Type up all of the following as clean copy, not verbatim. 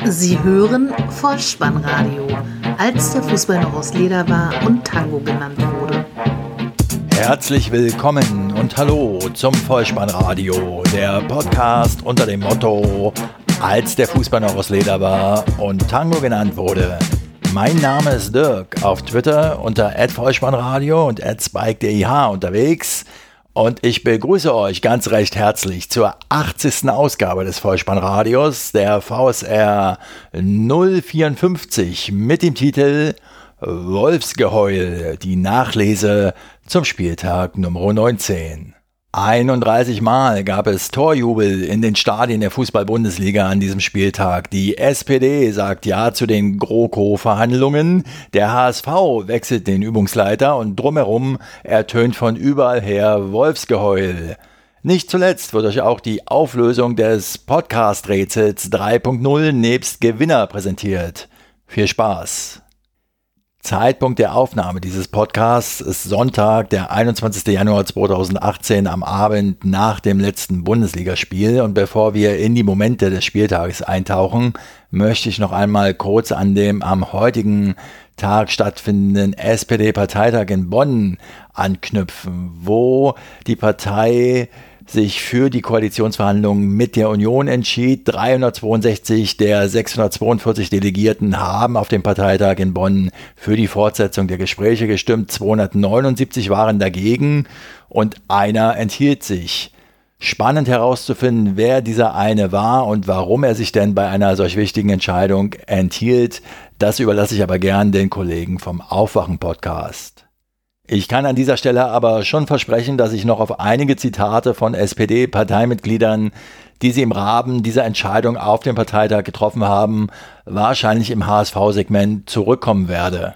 Sie hören Vollspannradio, als der Fußball noch aus Leder war und Tango genannt wurde. Herzlich willkommen und hallo zum Vollspannradio, der Podcast unter dem Motto, als der Fußball noch aus Leder war und Tango genannt wurde. Mein Name ist Dirk, auf Twitter unter @Vollspannradio und @spike_dih unterwegs. Und ich begrüße euch ganz recht herzlich zur 80. Ausgabe des Vollspannradios, der VSR 054 mit dem Titel Wolfsgeheul, die Nachlese zum Spieltag Nummer 19. 31 Mal gab es Torjubel in den Stadien der Fußball-Bundesliga an diesem Spieltag. Die SPD sagt Ja zu den GroKo-Verhandlungen. Der HSV wechselt den Übungsleiter und drumherum ertönt von überall her Wolfsgeheul. Nicht zuletzt wird euch auch die Auflösung des Podcast-Rätsels 3.0 nebst Gewinner präsentiert. Viel Spaß! Zeitpunkt der Aufnahme dieses Podcasts ist Sonntag, der 21. Januar 2018 am Abend nach dem letzten Bundesligaspiel. Und bevor wir in die Momente des Spieltages eintauchen, möchte ich noch einmal kurz an dem am heutigen Tag stattfindenden SPD-Parteitag in Bonn anknüpfen, wo die Partei sich für die Koalitionsverhandlungen mit der Union entschied. 362 der 642 Delegierten haben auf dem Parteitag in Bonn für die Fortsetzung der Gespräche gestimmt. 279 waren dagegen und einer enthielt sich. Spannend herauszufinden, wer dieser eine war und warum er sich denn bei einer solch wichtigen Entscheidung enthielt, das überlasse ich aber gern den Kollegen vom Aufwachen-Podcast. Ich kann an dieser Stelle aber schon versprechen, dass ich noch auf einige Zitate von SPD-Parteimitgliedern, die sie im Rahmen dieser Entscheidung auf dem Parteitag getroffen haben, wahrscheinlich im HSV-Segment zurückkommen werde.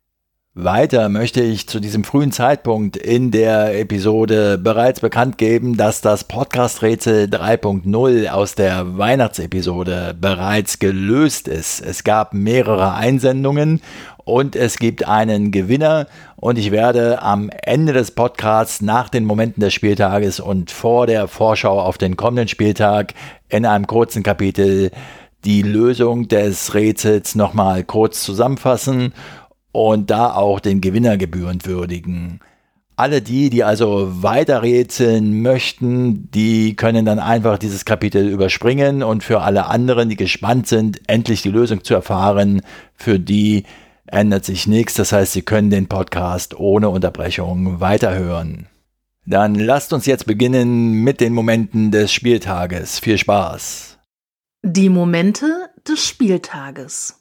Weiter möchte ich zu diesem frühen Zeitpunkt in der Episode bereits bekannt geben, dass das Podcast-Rätsel 3.0 aus der Weihnachtsepisode bereits gelöst ist. Es gab mehrere Einsendungen und es gibt einen Gewinner und ich werde am Ende des Podcasts nach den Momenten des Spieltages und vor der Vorschau auf den kommenden Spieltag in einem kurzen Kapitel die Lösung des Rätsels nochmal kurz zusammenfassen und da auch den Gewinner gebührend würdigen. Alle die also weiter rätseln möchten, die können dann einfach dieses Kapitel überspringen und für alle anderen, die gespannt sind, endlich die Lösung zu erfahren, für die ändert sich nichts. Das heißt, Sie können den Podcast ohne Unterbrechung weiterhören. Dann lasst uns jetzt beginnen mit den Momenten des Spieltages. Viel Spaß! Die Momente des Spieltages.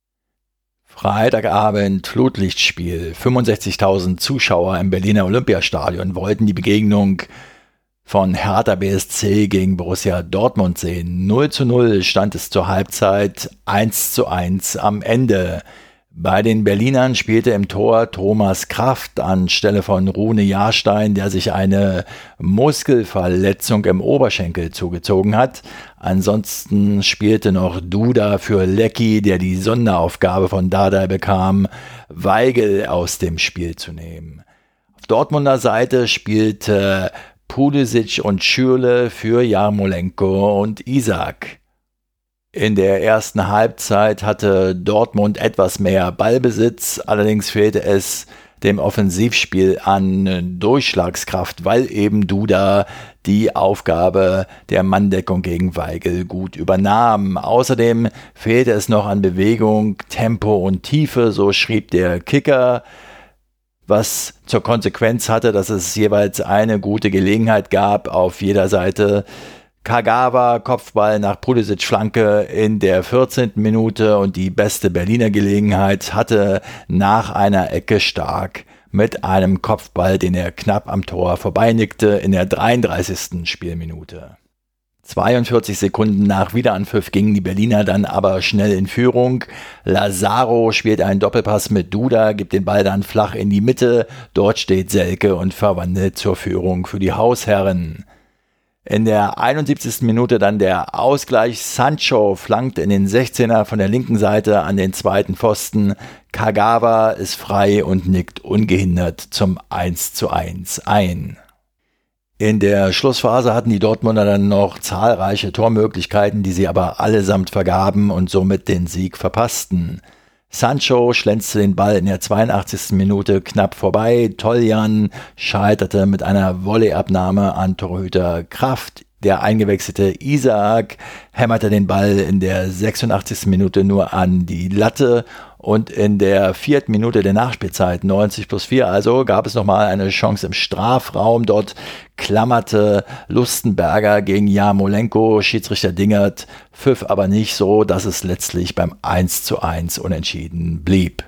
Freitagabend, Flutlichtspiel. 65.000 Zuschauer im Berliner Olympiastadion wollten die Begegnung von Hertha BSC gegen Borussia Dortmund sehen. 0:0 stand es zur Halbzeit, 1:1 am Ende. Bei den Berlinern spielte im Tor Thomas Kraft anstelle von Rune Jahrstein, der sich eine Muskelverletzung im Oberschenkel zugezogen hat. Ansonsten spielte noch Duda für Lecky, der die Sonderaufgabe von Dardai bekam, Weigl aus dem Spiel zu nehmen. Auf Dortmunder Seite spielte Pulisic und Schürrle für Jarmolenko und Isak. In der ersten Halbzeit hatte Dortmund etwas mehr Ballbesitz, allerdings fehlte es dem Offensivspiel an Durchschlagskraft, weil eben Duda die Aufgabe der Manndeckung gegen Weigl gut übernahm. Außerdem fehlte es noch an Bewegung, Tempo und Tiefe, so schrieb der Kicker, was zur Konsequenz hatte, dass es jeweils eine gute Gelegenheit gab auf jeder Seite. Kagawa, Kopfball nach Pulisic Flanke in der 14. Minute und die beste Berliner Gelegenheit hatte nach einer Ecke Stark mit einem Kopfball, den er knapp am Tor vorbeinickte, in der 33. Spielminute. 42 Sekunden nach Wiederanpfiff gingen die Berliner dann aber schnell in Führung. Lazaro spielt einen Doppelpass mit Duda, gibt den Ball dann flach in die Mitte. Dort steht Selke und verwandelt zur Führung für die Hausherren. In der 71. Minute dann der Ausgleich. Sancho flankt in den 16er von der linken Seite an den zweiten Pfosten. Kagawa ist frei und nickt ungehindert zum 1:1 ein. In der Schlussphase hatten die Dortmunder dann noch zahlreiche Tormöglichkeiten, die sie aber allesamt vergaben und somit den Sieg verpassten. Sancho schlänzte den Ball in der 82. Minute knapp vorbei. Toljan scheiterte mit einer Volleyabnahme an Torhüter Kraft. Der eingewechselte Isaac hämmerte den Ball in der 86. Minute nur an die Latte und in der 4. Minute der Nachspielzeit, 90+4 also, gab es nochmal eine Chance im Strafraum. Dort klammerte Lustenberger gegen Jarmolenko, Schiedsrichter Dingert, pfiff aber nicht so, dass es letztlich beim 1:1 unentschieden blieb.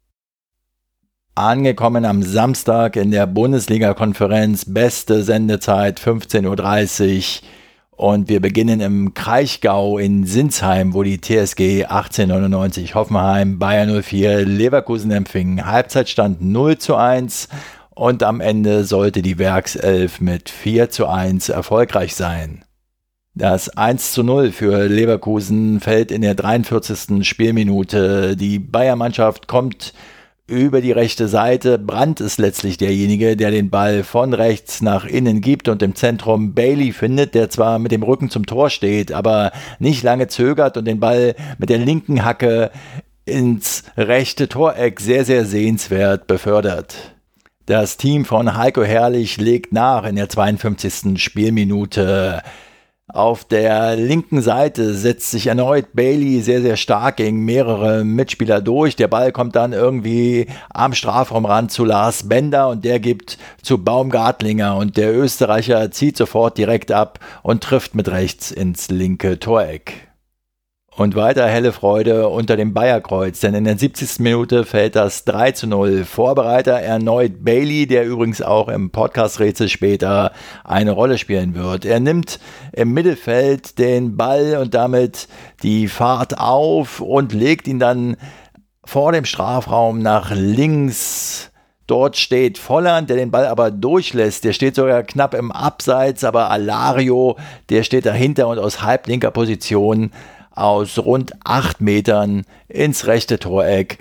Angekommen am Samstag in der Bundesliga-Konferenz, beste Sendezeit 15:30 Uhr und wir beginnen im Kraichgau in Sinsheim, wo die TSG 1899 Hoffenheim Bayer 04 Leverkusen empfing. Halbzeitstand 0:1 und am Ende sollte die Werkself mit 4:1 erfolgreich sein. Das 1:0 für Leverkusen fällt in der 43. Spielminute. Die Bayer-Mannschaft kommt über die rechte Seite. Brandt ist letztlich derjenige, der den Ball von rechts nach innen gibt und im Zentrum Bailey findet, der zwar mit dem Rücken zum Tor steht, aber nicht lange zögert und den Ball mit der linken Hacke ins rechte Toreck sehr, sehr sehenswert befördert. Das Team von Heiko Herrlich legt nach in der 52. Spielminute. Auf der linken Seite setzt sich erneut Bailey sehr, sehr stark gegen mehrere Mitspieler durch. Der Ball kommt dann irgendwie am Strafraumrand zu Lars Bender und der gibt zu Baumgartlinger und der Österreicher zieht sofort direkt ab und trifft mit rechts ins linke Toreck. Und weiter helle Freude unter dem Bayerkreuz, denn in der 70. Minute fällt das 3:0. Vorbereiter erneut Bailey, der übrigens auch im Podcast-Rätsel später eine Rolle spielen wird. Er nimmt im Mittelfeld den Ball und damit die Fahrt auf und legt ihn dann vor dem Strafraum nach links. Dort steht Volland, der den Ball aber durchlässt. Der steht sogar knapp im Abseits, aber Alario, der steht dahinter und aus halblinker Position aus rund 8 Metern ins rechte Toreck.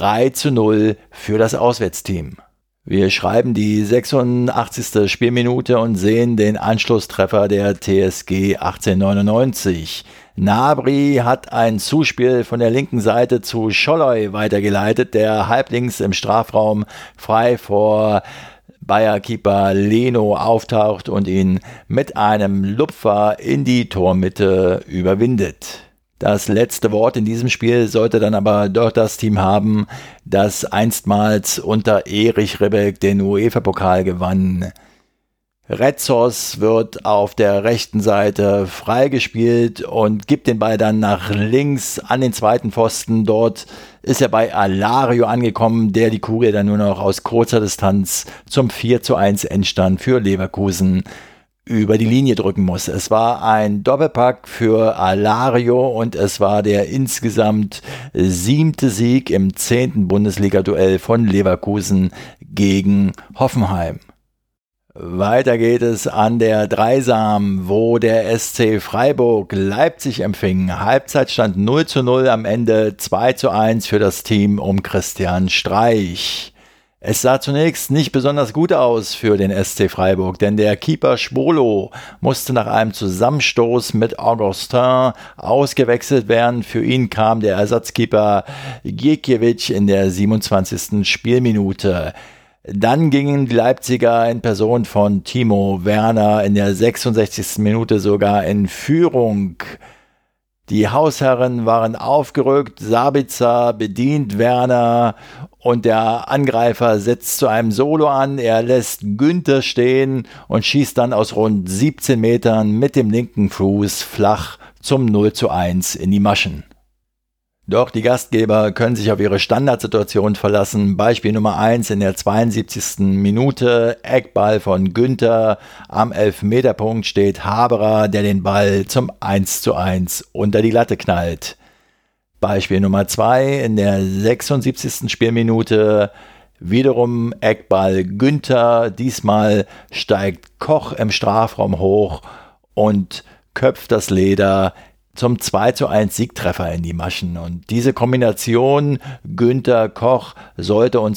3:0 für das Auswärtsteam. Wir schreiben die 86. Spielminute und sehen den Anschlusstreffer der TSG 1899. Gnabry hat ein Zuspiel von der linken Seite zu Scholloy weitergeleitet, der halblinks im Strafraum frei vor Bayer-Keeper Leno auftaucht und ihn mit einem Lupfer in die Tormitte überwindet. Das letzte Wort in diesem Spiel sollte dann aber doch das Team haben, das einstmals unter Erich Ribbeck den UEFA-Pokal gewann. Retzos wird auf der rechten Seite freigespielt und gibt den Ball dann nach links an den zweiten Pfosten. Dort ist er bei Alario angekommen, der die Kugel dann nur noch aus kurzer Distanz zum 4:1 Endstand für Leverkusen über die Linie drücken muss. Es war ein Doppelpack für Alario und es war der insgesamt 7. Sieg im 10. Bundesliga-Duell von Leverkusen gegen Hoffenheim. Weiter geht es an der Dreisam, wo der SC Freiburg Leipzig empfing. Halbzeitstand 0:0, am Ende 2:1 für das Team um Christian Streich. Es sah zunächst nicht besonders gut aus für den SC Freiburg, denn der Keeper Schwolo musste nach einem Zusammenstoß mit Augustin ausgewechselt werden. Für ihn kam der Ersatzkeeper Gikiewicz in der 27. Spielminute. Dann gingen die Leipziger in Person von Timo Werner in der 66. Minute sogar in Führung. Die Hausherren waren aufgerückt, Sabitzer bedient Werner und der Angreifer setzt zu einem Solo an. Er lässt Günther stehen und schießt dann aus rund 17 Metern mit dem linken Fuß flach zum 0:1 in die Maschen. Doch die Gastgeber können sich auf ihre Standardsituation verlassen. Beispiel Nummer 1 in der 72. Minute, Eckball von Günther. Am Elfmeterpunkt steht Haberer, der den Ball zum 1:1 unter die Latte knallt. Beispiel Nummer 2 in der 76. Spielminute, wiederum Eckball Günther. Diesmal steigt Koch im Strafraum hoch und köpft das Leder zum 2:1 Siegtreffer in die Maschen. Und diese Kombination Günther-Koch sollte uns aus der Vorwoche bekannt vorkommen. Ich sag nur Hörfunklegende.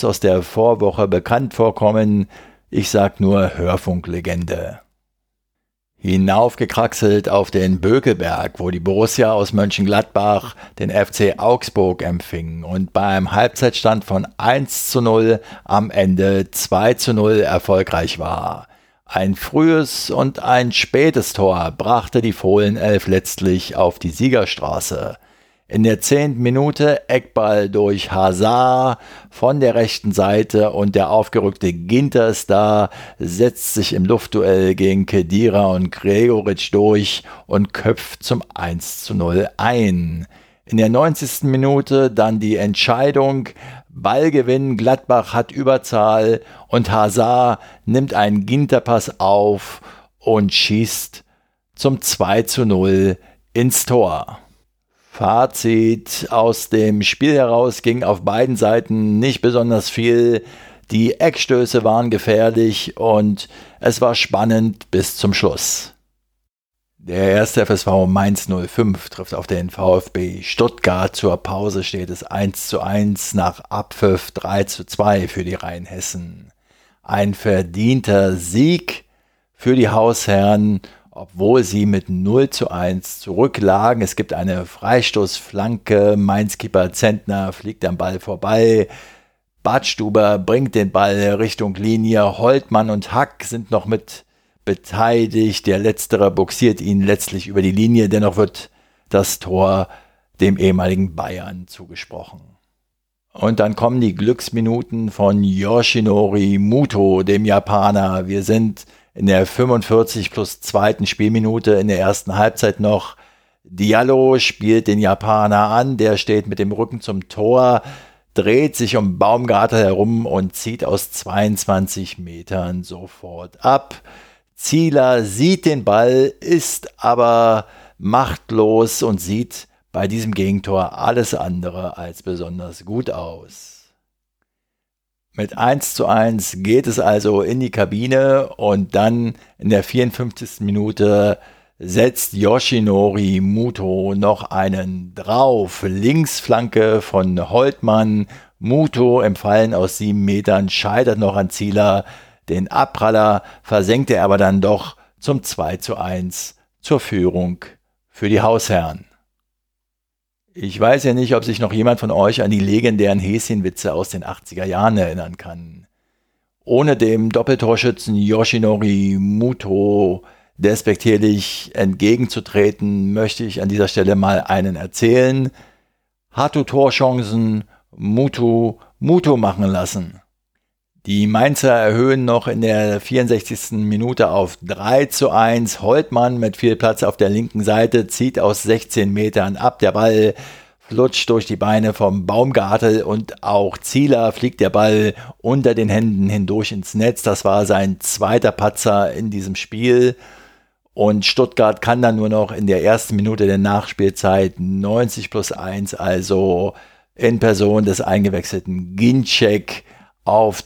hinaufgekraxelt auf den Bökelberg, wo die Borussia aus Mönchengladbach den FC Augsburg empfing und beim Halbzeitstand von 1:0 am Ende 2:0 erfolgreich war. Ein frühes und ein spätes Tor brachte die Fohlenelf letztlich auf die Siegerstraße. In der 10. Minute Eckball durch Hazard von der rechten Seite und der aufgerückte Ginter-Star setzt sich im Luftduell gegen Khedira und Gregoritsch durch und köpft zum 1:0 ein. In der 90. Minute dann die Entscheidung, Ballgewinn, Gladbach hat Überzahl und Hazard nimmt einen Ginterpass auf und schießt zum 2:0 ins Tor. Fazit: Aus dem Spiel heraus ging auf beiden Seiten nicht besonders viel. Die Eckstöße waren gefährlich und es war spannend bis zum Schluss. Der erste FSV Mainz 05 trifft auf den VfB Stuttgart. Zur Pause steht es 1:1, nach Abpfiff 3:2 für die Rheinhessen. Ein verdienter Sieg für die Hausherren, obwohl sie mit 0:1 zurücklagen. Es gibt eine Freistoßflanke, Mainz-Keeper Zentner fliegt am Ball vorbei. Badstuber bringt den Ball Richtung Linie, Holtmann und Hack sind noch mit beteiligt. Der Letztere boxiert ihn letztlich über die Linie, dennoch wird das Tor dem ehemaligen Bayern zugesprochen. Und dann kommen die Glücksminuten von Yoshinori Muto, dem Japaner. Wir sind in der 45 plus 2. Spielminute in der ersten Halbzeit noch. Diallo spielt den Japaner an, der steht mit dem Rücken zum Tor, dreht sich um Baumgartel herum und zieht aus 22 Metern sofort ab. Zieler sieht den Ball, ist aber machtlos und sieht bei diesem Gegentor alles andere als besonders gut aus. Mit 1:1 geht es also in die Kabine und dann in der 54. Minute setzt Yoshinori Muto noch einen drauf. Linksflanke von Holtmann. Muto im Fallen aus 7 Metern scheitert noch an Zieler. Den Abpraller versenkt er aber dann doch zum 2:1 zur Führung für die Hausherren. Ich weiß ja nicht, ob sich noch jemand von euch an die legendären Häschenwitze aus den 80er Jahren erinnern kann. Ohne dem Doppeltorschützen Yoshinori Muto despektierlich entgegenzutreten, möchte ich an dieser Stelle mal einen erzählen. Hat du Torchancen, Muto machen lassen. Die Mainzer erhöhen noch in der 64. Minute auf 3:1. Holtmann mit viel Platz auf der linken Seite zieht aus 16 Metern ab. Der Ball flutscht durch die Beine vom Baumgartel und auch Zieler fliegt der Ball unter den Händen hindurch ins Netz. Das war sein zweiter Patzer in diesem Spiel. Und Stuttgart kann dann nur noch in der ersten Minute der Nachspielzeit 90 plus 1, also in Person des eingewechselten Ginczek, auf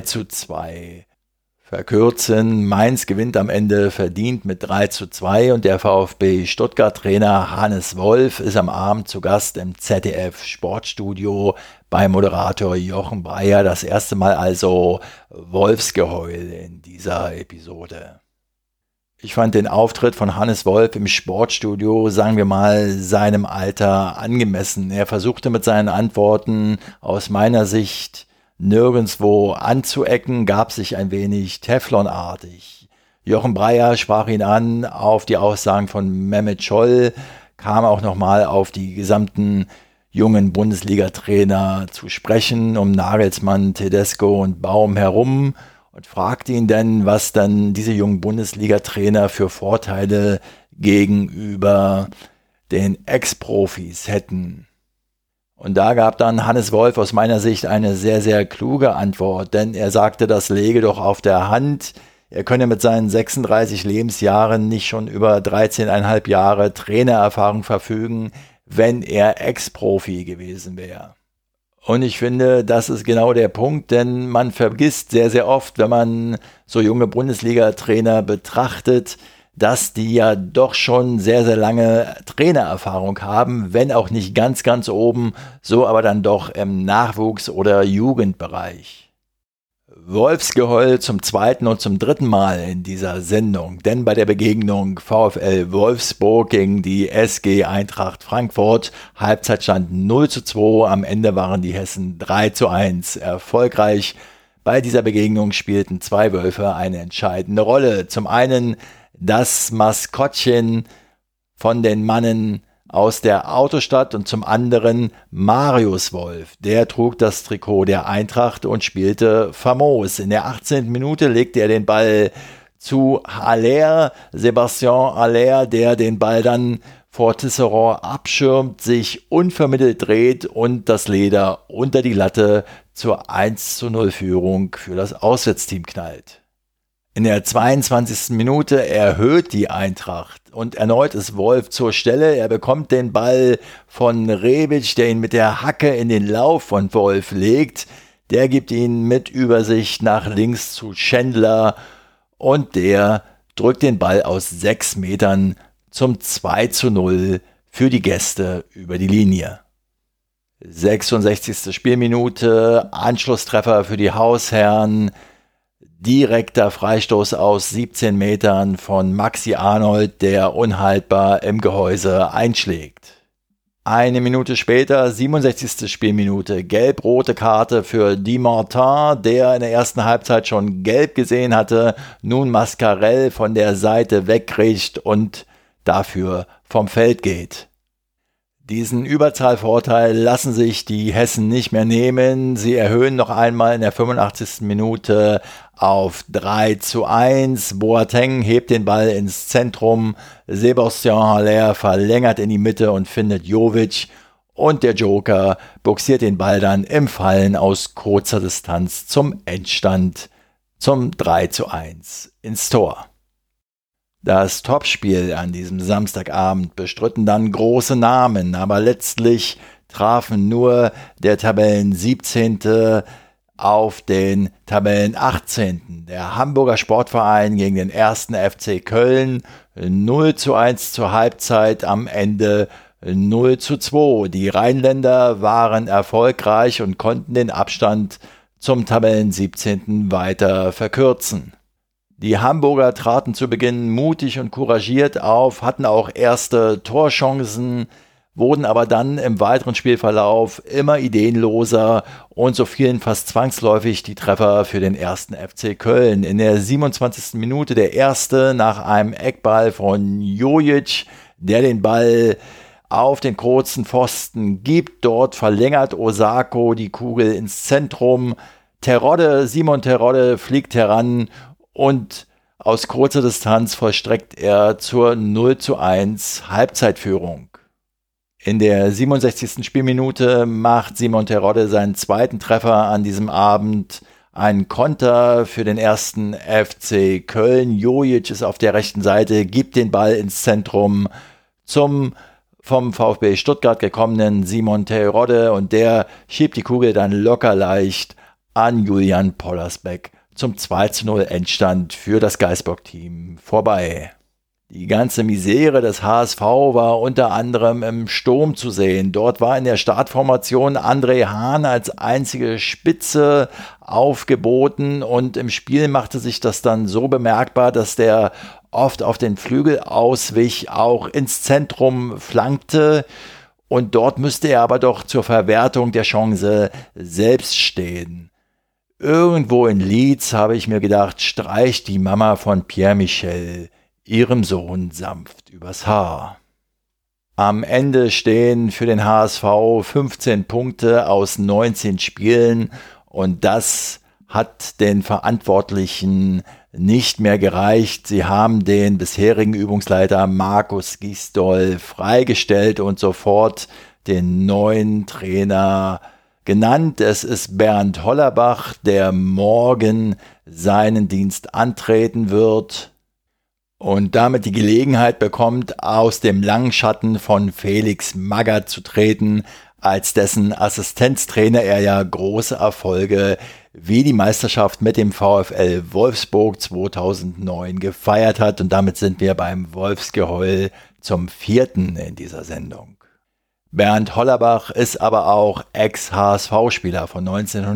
3:2 verkürzen. Mainz gewinnt am Ende verdient mit 3:2 und der VfB Stuttgart-Trainer Hannes Wolf ist am Abend zu Gast im ZDF-Sportstudio bei Moderator Jochen Breyer. Das erste Mal also Wolfsgeheul in dieser Episode. Ich fand den Auftritt von Hannes Wolf im Sportstudio, sagen wir mal, seinem Alter angemessen. Er versuchte mit seinen Antworten aus meiner Sicht nirgendwo anzuecken, gab sich ein wenig Teflonartig. Jochen Breyer sprach ihn an auf die Aussagen von Mehmet Scholl, kam auch nochmal auf die gesamten jungen Bundesliga-Trainer zu sprechen, um Nagelsmann, Tedesco und Baum herum und fragte ihn dann, was dann diese jungen Bundesliga-Trainer für Vorteile gegenüber den Ex-Profis hätten. Und da gab dann Hannes Wolf aus meiner Sicht eine sehr, sehr kluge Antwort, denn er sagte, das läge doch auf der Hand. Er könne mit seinen 36 Lebensjahren nicht schon über 13,5 Jahre Trainererfahrung verfügen, wenn er Ex-Profi gewesen wäre. Und ich finde, das ist genau der Punkt, denn man vergisst sehr, sehr oft, wenn man so junge Bundesliga-Trainer betrachtet, dass die ja doch schon sehr, sehr lange Trainererfahrung haben, wenn auch nicht ganz, ganz oben, so aber dann doch im Nachwuchs- oder Jugendbereich. Wolfsgeheul zum zweiten und zum dritten Mal in dieser Sendung, denn bei der Begegnung VfL Wolfsburg gegen die SG Eintracht Frankfurt, Halbzeitstand 0:2, am Ende waren die Hessen 3:1 erfolgreich. Bei dieser Begegnung spielten zwei Wölfe eine entscheidende Rolle. Zum einen das Maskottchen von den Mannen aus der Autostadt und zum anderen Marius Wolf. Der trug das Trikot der Eintracht und spielte famos. In der 18. Minute legte er den Ball zu Haller, Sebastian Haller, der den Ball dann vor Tisserand abschirmt, sich unvermittelt dreht und das Leder unter die Latte zur 1:0 Führung für das Auswärtsteam knallt. In der 22. Minute erhöht die Eintracht und erneut ist Wolf zur Stelle. Er bekommt den Ball von Rebic, der ihn mit der Hacke in den Lauf von Wolf legt. Der gibt ihn mit Übersicht nach links zu Schändler und der drückt den Ball aus 6 Metern zum 2:0 für die Gäste über die Linie. 66. Spielminute, Anschlusstreffer für die Hausherren. Direkter Freistoß aus 17 Metern von Maxi Arnold, der unhaltbar im Gehäuse einschlägt. Eine Minute später, 67. Spielminute, gelb-rote Karte für Di Martin, der in der ersten Halbzeit schon gelb gesehen hatte, nun Mascarell von der Seite wegkriegt und dafür vom Feld geht. Diesen Überzahlvorteil lassen sich die Hessen nicht mehr nehmen. Sie erhöhen noch einmal in der 85. Minute auf 3:1. Boateng hebt den Ball ins Zentrum. Sebastian Haller verlängert in die Mitte und findet Jovic. Und der Joker boxiert den Ball dann im Fallen aus kurzer Distanz zum Endstand, zum 3:1 ins Tor. Das Topspiel an diesem Samstagabend bestritten dann große Namen, aber letztlich trafen nur der Tabellen 17. auf den Tabellen 18. Der Hamburger Sportverein gegen den 1. FC Köln, 0:1 zur Halbzeit, am Ende 0:2. Die Rheinländer waren erfolgreich und konnten den Abstand zum Tabellen 17. weiter verkürzen. Die Hamburger traten zu Beginn mutig und couragiert auf, hatten auch erste Torchancen, wurden aber dann im weiteren Spielverlauf immer ideenloser und so fielen fast zwangsläufig die Treffer für den 1. FC Köln. In der 27. Minute der erste nach einem Eckball von Jojic, der den Ball auf den kurzen Pfosten gibt. Dort verlängert Osako die Kugel ins Zentrum. Simon Terodde fliegt heran und aus kurzer Distanz vollstreckt er zur 0:1 Halbzeitführung. In der 67. Spielminute macht Simon Terodde seinen zweiten Treffer an diesem Abend. Ein Konter für den 1. FC Köln. Jojic ist auf der rechten Seite, gibt den Ball ins Zentrum zum vom VfB Stuttgart gekommenen Simon Terodde und der schiebt die Kugel dann locker leicht an Julian Pollersbeck zum 2:0 Endstand für das Geisbock-Team vorbei. Die ganze Misere des HSV war unter anderem im Sturm zu sehen. Dort war in der Startformation André Hahn als einzige Spitze aufgeboten und im Spiel machte sich das dann so bemerkbar, dass der oft auf den Flügel auswich, auch ins Zentrum flankte und dort müsste er aber doch zur Verwertung der Chance selbst stehen. Irgendwo in Leeds, habe ich mir gedacht, streicht die Mama von Pierre Michel ihrem Sohn sanft übers Haar. Am Ende stehen für den HSV 15 Punkte aus 19 Spielen und das hat den Verantwortlichen nicht mehr gereicht. Sie haben den bisherigen Übungsleiter Markus Gisdol freigestellt und sofort den neuen Trainer genannt. Es ist Bernd Hollerbach, der morgen seinen Dienst antreten wird und damit die Gelegenheit bekommt, aus dem langen Schatten von Felix Magath zu treten, als dessen Assistenztrainer er ja große Erfolge wie die Meisterschaft mit dem VfL Wolfsburg 2009 gefeiert hat. Und damit sind wir beim Wolfsgeheul zum 4. in dieser Sendung. Bernd Hollerbach ist aber auch Ex-HSV-Spieler. Von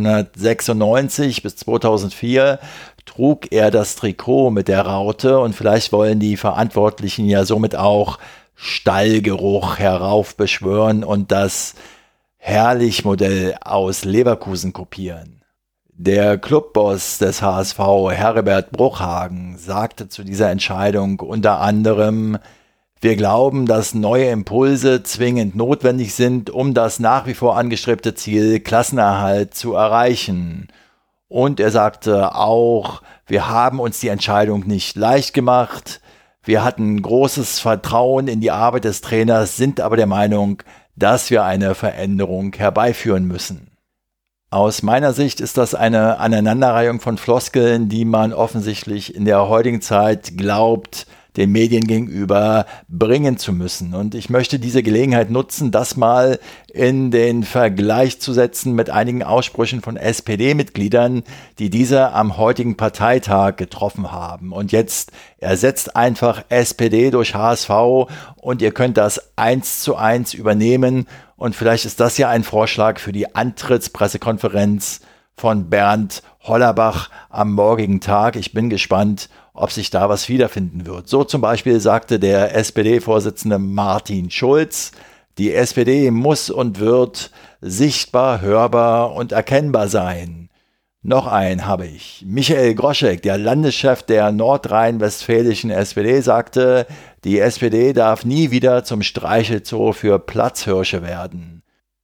1996 bis 2004 trug er das Trikot mit der Raute und vielleicht wollen die Verantwortlichen ja somit auch Stallgeruch heraufbeschwören und das Herrlich-Modell aus Leverkusen kopieren. Der Clubboss des HSV, Herbert Bruchhagen, sagte zu dieser Entscheidung unter anderem: Wir glauben, dass neue Impulse zwingend notwendig sind, um das nach wie vor angestrebte Ziel Klassenerhalt zu erreichen. Und er sagte auch, wir haben uns die Entscheidung nicht leicht gemacht. Wir hatten großes Vertrauen in die Arbeit des Trainers, sind aber der Meinung, dass wir eine Veränderung herbeiführen müssen. Aus meiner Sicht ist das eine Aneinanderreihung von Floskeln, die man offensichtlich in der heutigen Zeit glaubt, den Medien gegenüber bringen zu müssen. Und ich möchte diese Gelegenheit nutzen, das mal in den Vergleich zu setzen mit einigen Aussprüchen von SPD-Mitgliedern, die diese am heutigen Parteitag getroffen haben. Und jetzt ersetzt einfach SPD durch HSV und ihr könnt das 1:1 übernehmen. Und vielleicht ist das ja ein Vorschlag für die Antrittspressekonferenz von Bernd Hollerbach am morgigen Tag. Ich bin gespannt, ob sich da was wiederfinden wird. So zum Beispiel sagte der SPD-Vorsitzende Martin Schulz, die SPD muss und wird sichtbar, hörbar und erkennbar sein. Noch einen habe ich. Michael Groschek, der Landeschef der nordrhein-westfälischen SPD, sagte, die SPD darf nie wieder zum Streichelzoo für Platzhirsche werden.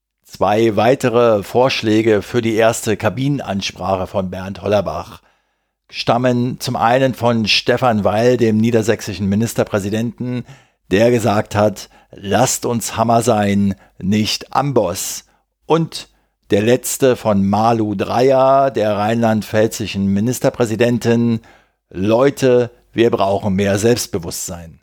2 weitere Vorschläge für die erste Kabinenansprache von Bernd Hollerbach stammen zum einen von Stefan Weil, dem niedersächsischen Ministerpräsidenten, der gesagt hat, lasst uns Hammer sein, nicht Amboss. Und der letzte von Malu Dreyer, der rheinland-pfälzischen Ministerpräsidentin, Leute, wir brauchen mehr Selbstbewusstsein.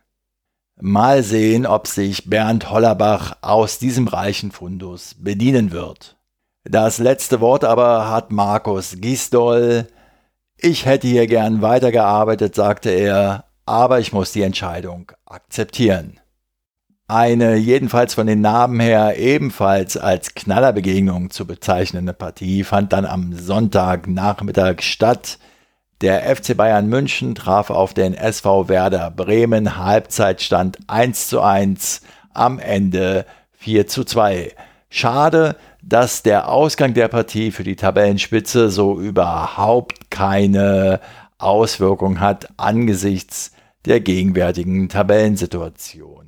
Mal sehen, ob sich Bernd Hollerbach aus diesem reichen Fundus bedienen wird. Das letzte Wort aber hat Markus Gisdol. Ich hätte hier gern weitergearbeitet, sagte er, aber ich muss die Entscheidung akzeptieren. Eine jedenfalls von den Namen her ebenfalls als Knallerbegegnung zu bezeichnende Partie fand dann am Sonntagnachmittag statt. Der FC Bayern München traf auf den SV Werder Bremen, Halbzeitstand 1:1, am Ende 4:2. Schade, dass der Ausgang der Partie für die Tabellenspitze so überhaupt keine Auswirkung hat angesichts der gegenwärtigen Tabellensituation.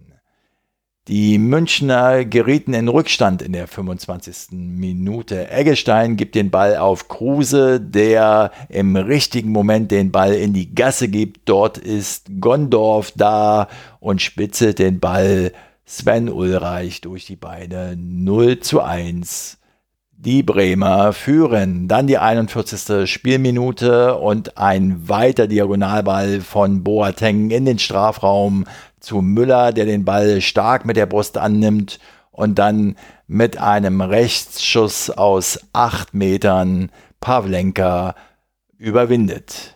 Die Münchner gerieten in Rückstand in der 25. Minute. Eggestein gibt den Ball auf Kruse, der im richtigen Moment den Ball in die Gasse gibt. Dort ist Gondorf da und spitzelt den Ball Sven Ulreich durch die Beine. 0:1. Die Bremer führen. Dann die 41. Spielminute und ein weiter Diagonalball von Boateng in den Strafraum zu Müller, der den Ball stark mit der Brust annimmt und dann mit einem Rechtsschuss aus 8 Metern Pavlenka überwindet.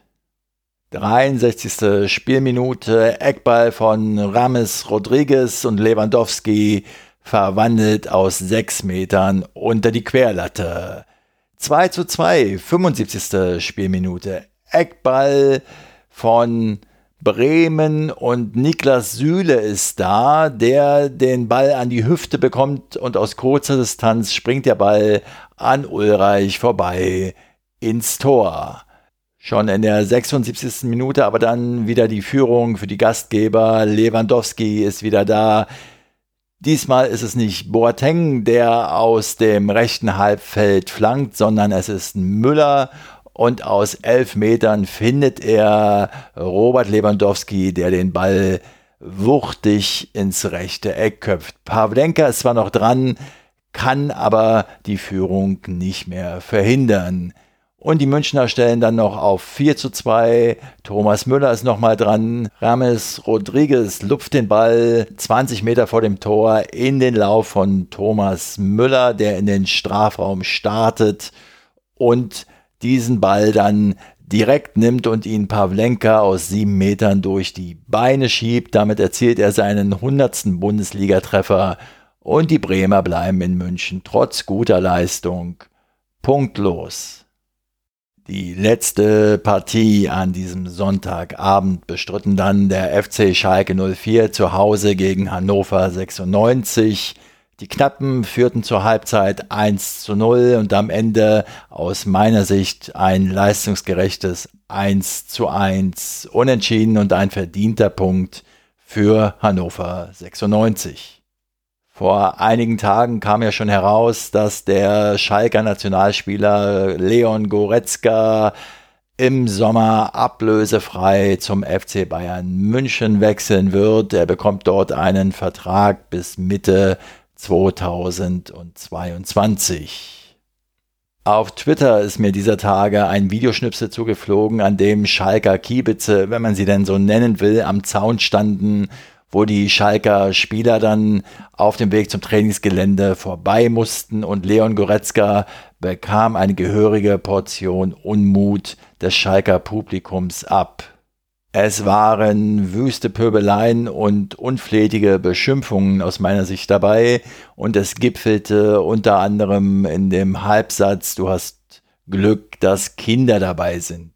63. Spielminute, Eckball von Rames Rodriguez und Lewandowski verwandelt aus 6 Metern unter die Querlatte. 2:2, 75. Spielminute, Eckball von Bremen und Niklas Süle ist da, der den Ball an die Hüfte bekommt und aus kurzer Distanz springt der Ball an Ulreich vorbei ins Tor. Schon in der 76. Minute aber dann wieder die Führung für die Gastgeber. Lewandowski ist wieder da. Diesmal ist es nicht Boateng, der aus dem rechten Halbfeld flankt, sondern es ist Müller. Und aus 11 Metern findet er Robert Lewandowski, der den Ball wuchtig ins rechte Eck köpft. Pavlenka ist zwar noch dran, kann aber die Führung nicht mehr verhindern. Und die Münchner stellen dann noch auf 4:2. Thomas Müller ist nochmal dran. Rames Rodriguez lupft den Ball 20 Meter vor dem Tor in den Lauf von Thomas Müller, der in den Strafraum startet und diesen Ball dann direkt nimmt und ihn Pavlenka aus 7 Metern durch die Beine schiebt. Damit erzielt er seinen 100. Bundesligatreffer und die Bremer bleiben in München trotz guter Leistung punktlos. Die letzte Partie an diesem Sonntagabend bestritten dann der FC Schalke 04 zu Hause gegen Hannover 96. Die Knappen führten zur Halbzeit 1:0 und am Ende aus meiner Sicht ein leistungsgerechtes 1:1 unentschieden und ein verdienter Punkt für Hannover 96. Vor einigen Tagen kam ja schon heraus, dass der Schalker Nationalspieler Leon Goretzka im Sommer ablösefrei zum FC Bayern München wechseln wird. Er bekommt dort einen Vertrag bis Mitte 2022. Auf Twitter ist mir dieser Tage ein Videoschnipsel zugeflogen, an dem Schalker Kiebitze, wenn man sie denn so nennen will, am Zaun standen, wo die Schalker Spieler dann auf dem Weg zum Trainingsgelände vorbei mussten und Leon Goretzka bekam eine gehörige Portion Unmut des Schalker Publikums ab. Es waren wüste Pöbeleien und unflätige Beschimpfungen aus meiner Sicht dabei und es gipfelte unter anderem in dem Halbsatz: Du hast Glück, dass Kinder dabei sind.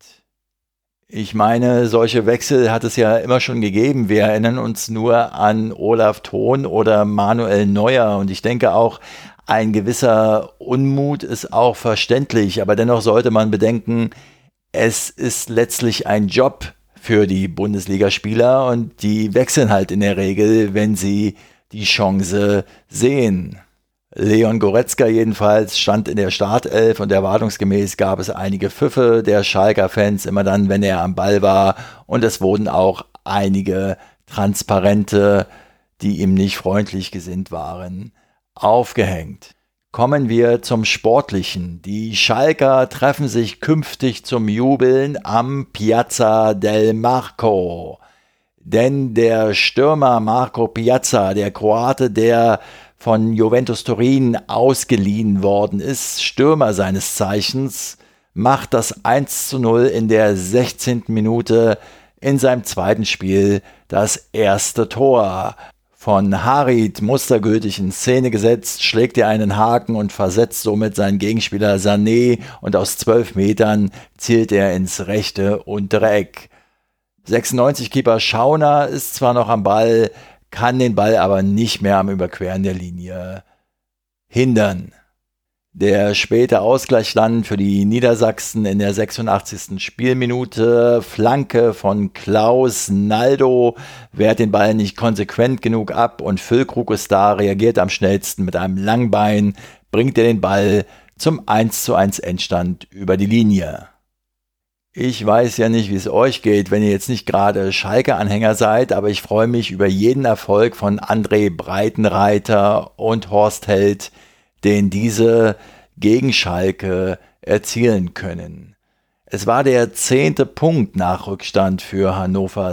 Ich meine, solche Wechsel hat es ja immer schon gegeben. Wir erinnern uns nur an Olaf Thon oder Manuel Neuer. Und ich denke auch, ein gewisser Unmut ist auch verständlich. Aber dennoch sollte man bedenken, es ist letztlich ein Job für die Bundesligaspieler. Und die wechseln halt in der Regel, wenn sie die Chance sehen. Leon Goretzka jedenfalls stand in der Startelf und erwartungsgemäß gab es einige Pfiffe der Schalker-Fans immer dann, wenn er am Ball war, und es wurden auch einige Transparente, die ihm nicht freundlich gesinnt waren, aufgehängt. Kommen wir zum Sportlichen. Die Schalker treffen sich künftig zum Jubeln am Piazza del Marco. Denn der Stürmer Marco Piazza, der Kroate, der von Juventus Turin ausgeliehen worden ist, Stürmer seines Zeichens, macht das 1:0 in der 16. Minute in seinem zweiten Spiel das erste Tor. Von Harit mustergültig in Szene gesetzt, schlägt er einen Haken und versetzt somit seinen Gegenspieler Sané und aus 12 Metern zielt er ins rechte untere Eck. 96-Keeper Schauner ist zwar noch am Ball, kann den Ball aber nicht mehr am Überqueren der Linie hindern. Der späte Ausgleich dann für die Niedersachsen in der 86. Spielminute. Flanke von Klaus Naldo, wehrt den Ball nicht konsequent genug ab und Füllkrug ist da, reagiert am schnellsten mit einem Langbein, bringt er den Ball zum 1:1 Endstand über die Linie. Ich weiß ja nicht, wie es euch geht, wenn ihr jetzt nicht gerade Schalke-Anhänger seid, aber ich freue mich über jeden Erfolg von André Breitenreiter und Horst Held, den diese gegen Schalke erzielen können. Es war der 10. Punkt nach Rückstand für Hannover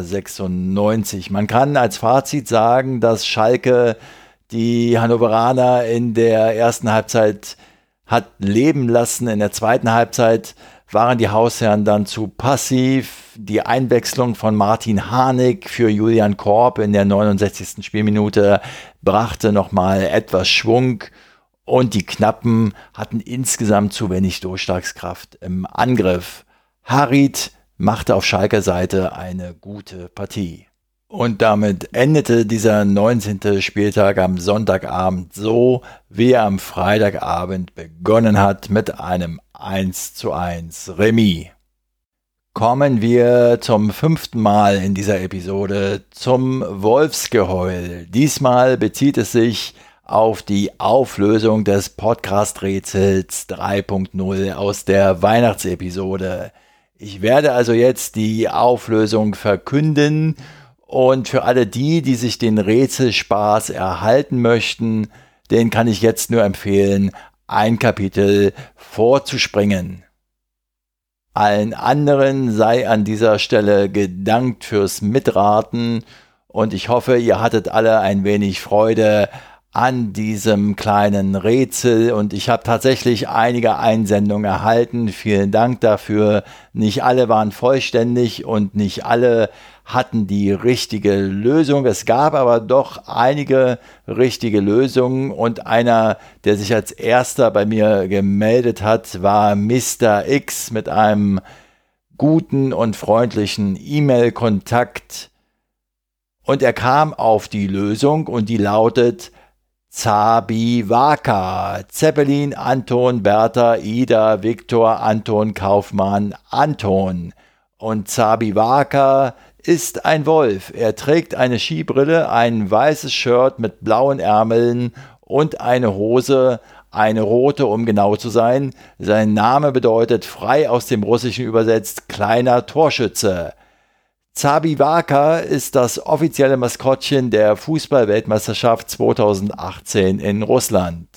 96. Man kann als Fazit sagen, dass Schalke die Hannoveraner in der ersten Halbzeit hat leben lassen. In der zweiten Halbzeit waren die Hausherren dann zu passiv. Die Einwechslung von Martin Harnik für Julian Korb in der 69. Spielminute brachte nochmal etwas Schwung und die Knappen hatten insgesamt zu wenig Durchschlagskraft im Angriff. Harit machte auf Schalker Seite eine gute Partie. Und damit endete dieser 19. Spieltag am Sonntagabend so, wie er am Freitagabend begonnen hat, mit einem 1:1 Remis. Kommen wir zum 5. Mal in dieser Episode zum Wolfsgeheul. Diesmal bezieht es sich auf die Auflösung des Podcast-Rätsels 3.0 aus der Weihnachtsepisode. Ich werde also jetzt die Auflösung verkünden. Und für alle die sich den Rätselspaß erhalten möchten, denen kann ich jetzt nur empfehlen, ein Kapitel vorzuspringen. Allen anderen sei an dieser Stelle gedankt fürs Mitraten und ich hoffe, ihr hattet alle ein wenig Freude an diesem kleinen Rätsel und ich habe tatsächlich einige Einsendungen erhalten. Vielen Dank dafür. Nicht alle waren vollständig und nicht alle hatten die richtige Lösung. Es gab aber doch einige richtige Lösungen und einer, der sich als erster bei mir gemeldet hat, war Mr. X mit einem guten und freundlichen E-Mail-Kontakt. Und er kam auf die Lösung und die lautet Zabiwaka. Zeppelin, Anton, Bertha, Ida, Viktor, Anton, Kaufmann, Anton. Und Zabiwaka ist ein Wolf. Er trägt eine Skibrille, ein weißes Shirt mit blauen Ärmeln und eine Hose, eine rote, um genau zu sein. Sein Name bedeutet frei aus dem Russischen übersetzt kleiner Torschütze. Zabiwaka ist das offizielle Maskottchen der Fußball-Weltmeisterschaft 2018 in Russland.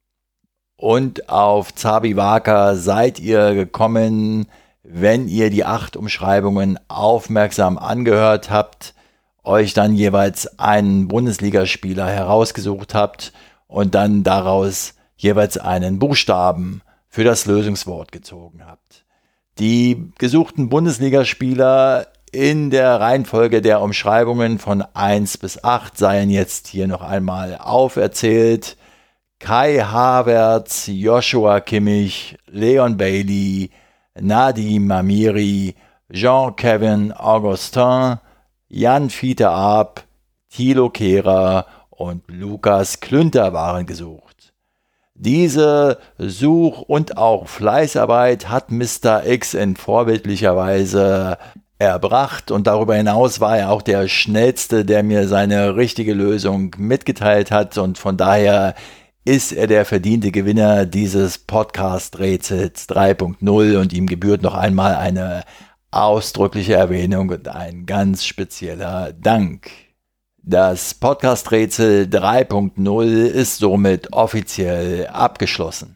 Und auf Zabiwaka seid ihr gekommen, wenn ihr die 8 Umschreibungen aufmerksam angehört habt, euch dann jeweils einen Bundesligaspieler herausgesucht habt und dann daraus jeweils einen Buchstaben für das Lösungswort gezogen habt. Die gesuchten Bundesligaspieler in der Reihenfolge der Umschreibungen von 1 bis 8 seien jetzt hier noch einmal auferzählt. Kai Havertz, Joshua Kimmich, Leon Bailey, Nadim Amiri, Jean-Kevin Augustin, Jan-Fiete Arp, Thilo Kehrer und Lukas Klünter waren gesucht. Diese Such- und auch Fleißarbeit hat Mr. X in vorbildlicher Weise erbracht und darüber hinaus war er auch der Schnellste, der mir seine richtige Lösung mitgeteilt hat und von daher ist er der verdiente Gewinner dieses Podcast-Rätsels 3.0 und ihm gebührt noch einmal eine ausdrückliche Erwähnung und ein ganz spezieller Dank. Das Podcast-Rätsel 3.0 ist somit offiziell abgeschlossen.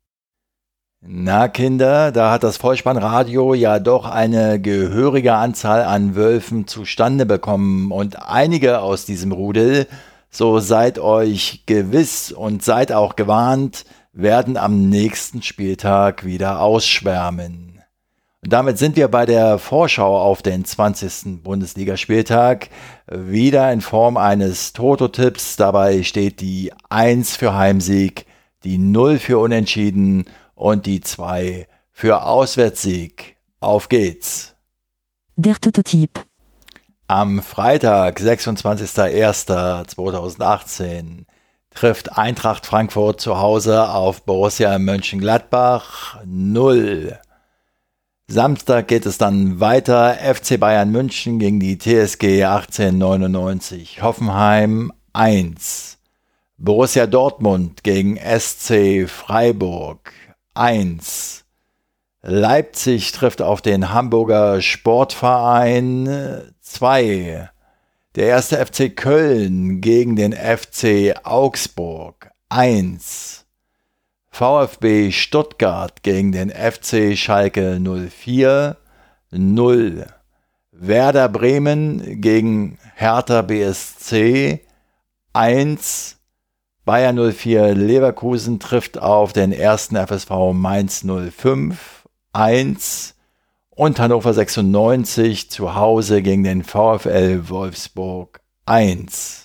Na Kinder, da hat das Vollspannradio ja doch eine gehörige Anzahl an Wölfen zustande bekommen und einige aus diesem Rudel, so seid euch gewiss und seid auch gewarnt, werden am nächsten Spieltag wieder ausschwärmen. Und damit sind wir bei der Vorschau auf den 20. Bundesligaspieltag wieder in Form eines Toto-Tipps. Dabei steht die 1 für Heimsieg, die 0 für Unentschieden und die 2 für Auswärtssieg. Auf geht's! Der Toto-Tipp. Am Freitag, 26.01.2018, trifft Eintracht Frankfurt zu Hause auf Borussia Mönchengladbach 0. Samstag geht es dann weiter. FC Bayern München gegen die TSG 1899 Hoffenheim 1. Borussia Dortmund gegen SC Freiburg 1. Leipzig trifft auf den Hamburger Sportverein 2. Der 1. FC Köln gegen den FC Augsburg 1. VfB Stuttgart gegen den FC Schalke 04 0. Werder Bremen gegen Hertha BSC 1. Bayer 04 Leverkusen trifft auf den 1. FSV Mainz 05 1. Und Hannover 96 zu Hause gegen den VfL Wolfsburg 1.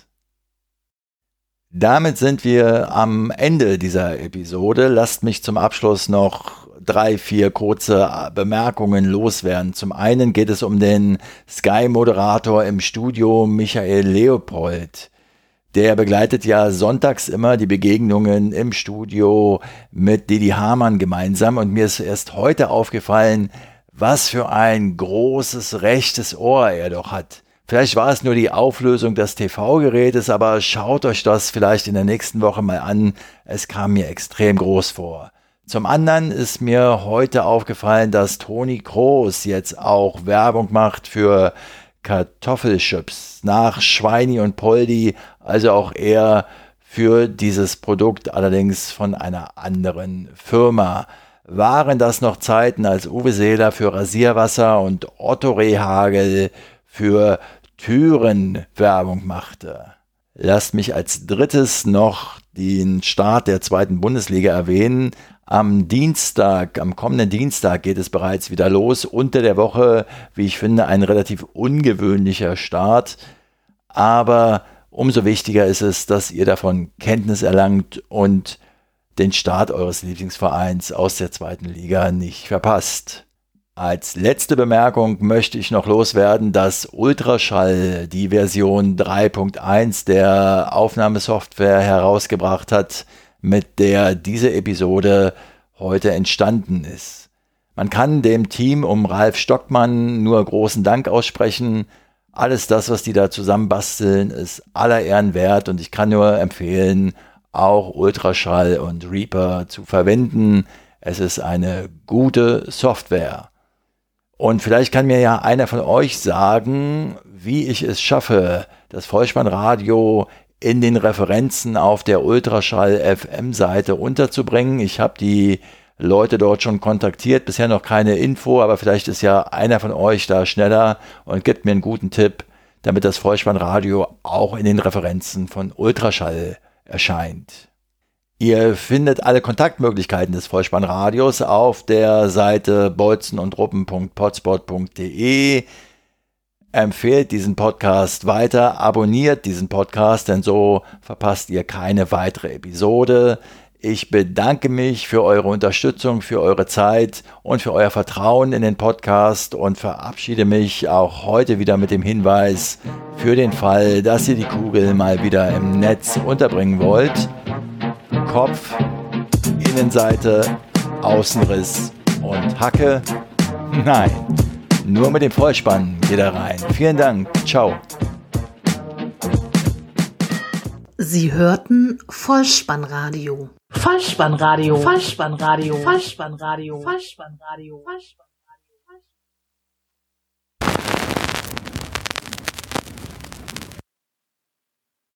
Damit sind wir am Ende dieser Episode. Lasst mich zum Abschluss noch 3-4 kurze Bemerkungen loswerden. Zum einen geht es um den Sky-Moderator im Studio Michael Leopold. Der begleitet ja sonntags immer die Begegnungen im Studio mit Didi Hamann gemeinsam und mir ist erst heute aufgefallen, was für ein großes rechtes Ohr er doch hat. Vielleicht war es nur die Auflösung des TV-Gerätes, aber schaut euch das vielleicht in der nächsten Woche mal an. Es kam mir extrem groß vor. Zum anderen ist mir heute aufgefallen, dass Toni Kroos jetzt auch Werbung macht für Kartoffelchips nach Schweini und Poldi, also auch er für dieses Produkt, allerdings von einer anderen Firma. Waren das noch Zeiten, als Uwe Seeler für Rasierwasser und Otto Rehhagel für Türen Werbung machte? Lasst mich als drittes noch den Start der 2. Bundesliga erwähnen. Am kommenden Dienstag geht es bereits wieder los. Unter der Woche, wie ich finde, ein relativ ungewöhnlicher Start. Aber umso wichtiger ist es, dass ihr davon Kenntnis erlangt und den Start eures Lieblingsvereins aus der 2. Liga nicht verpasst. Als letzte Bemerkung möchte ich noch loswerden, dass Ultraschall die Version 3.1 der Aufnahmesoftware herausgebracht hat, mit der diese Episode heute entstanden ist. Man kann dem Team um Ralf Stockmann nur großen Dank aussprechen. Alles das, was die da zusammenbasteln, ist aller Ehren wert und ich kann nur empfehlen, auch Ultraschall und Reaper zu verwenden. Es ist eine gute Software. Und vielleicht kann mir ja einer von euch sagen, wie ich es schaffe, das Vollspannradio in den Referenzen auf der Ultraschall FM-Seite unterzubringen. Ich habe die Leute dort schon kontaktiert, bisher noch keine Info, aber vielleicht ist ja einer von euch da schneller und gibt mir einen guten Tipp, damit das Vollspannradio auch in den Referenzen von Ultraschall erscheint. Ihr findet alle Kontaktmöglichkeiten des Vollspannradios auf der Seite bolzenundruppen.potspot.de. Empfehlt diesen Podcast weiter, abonniert diesen Podcast, denn so verpasst ihr keine weitere Episode. Ich bedanke mich für eure Unterstützung, für eure Zeit und für euer Vertrauen in den Podcast und verabschiede mich auch heute wieder mit dem Hinweis für den Fall, dass ihr die Kugel mal wieder im Netz unterbringen wollt. Kopf, Innenseite, Außenriss und Hacke. Nein, nur mit dem Vollspann geht er rein. Vielen Dank. Ciao. Sie hörten Vollspannradio. Vollspannradio. Vollspannradio. Vollspannradio. Vollspannradio. Vollspannradio.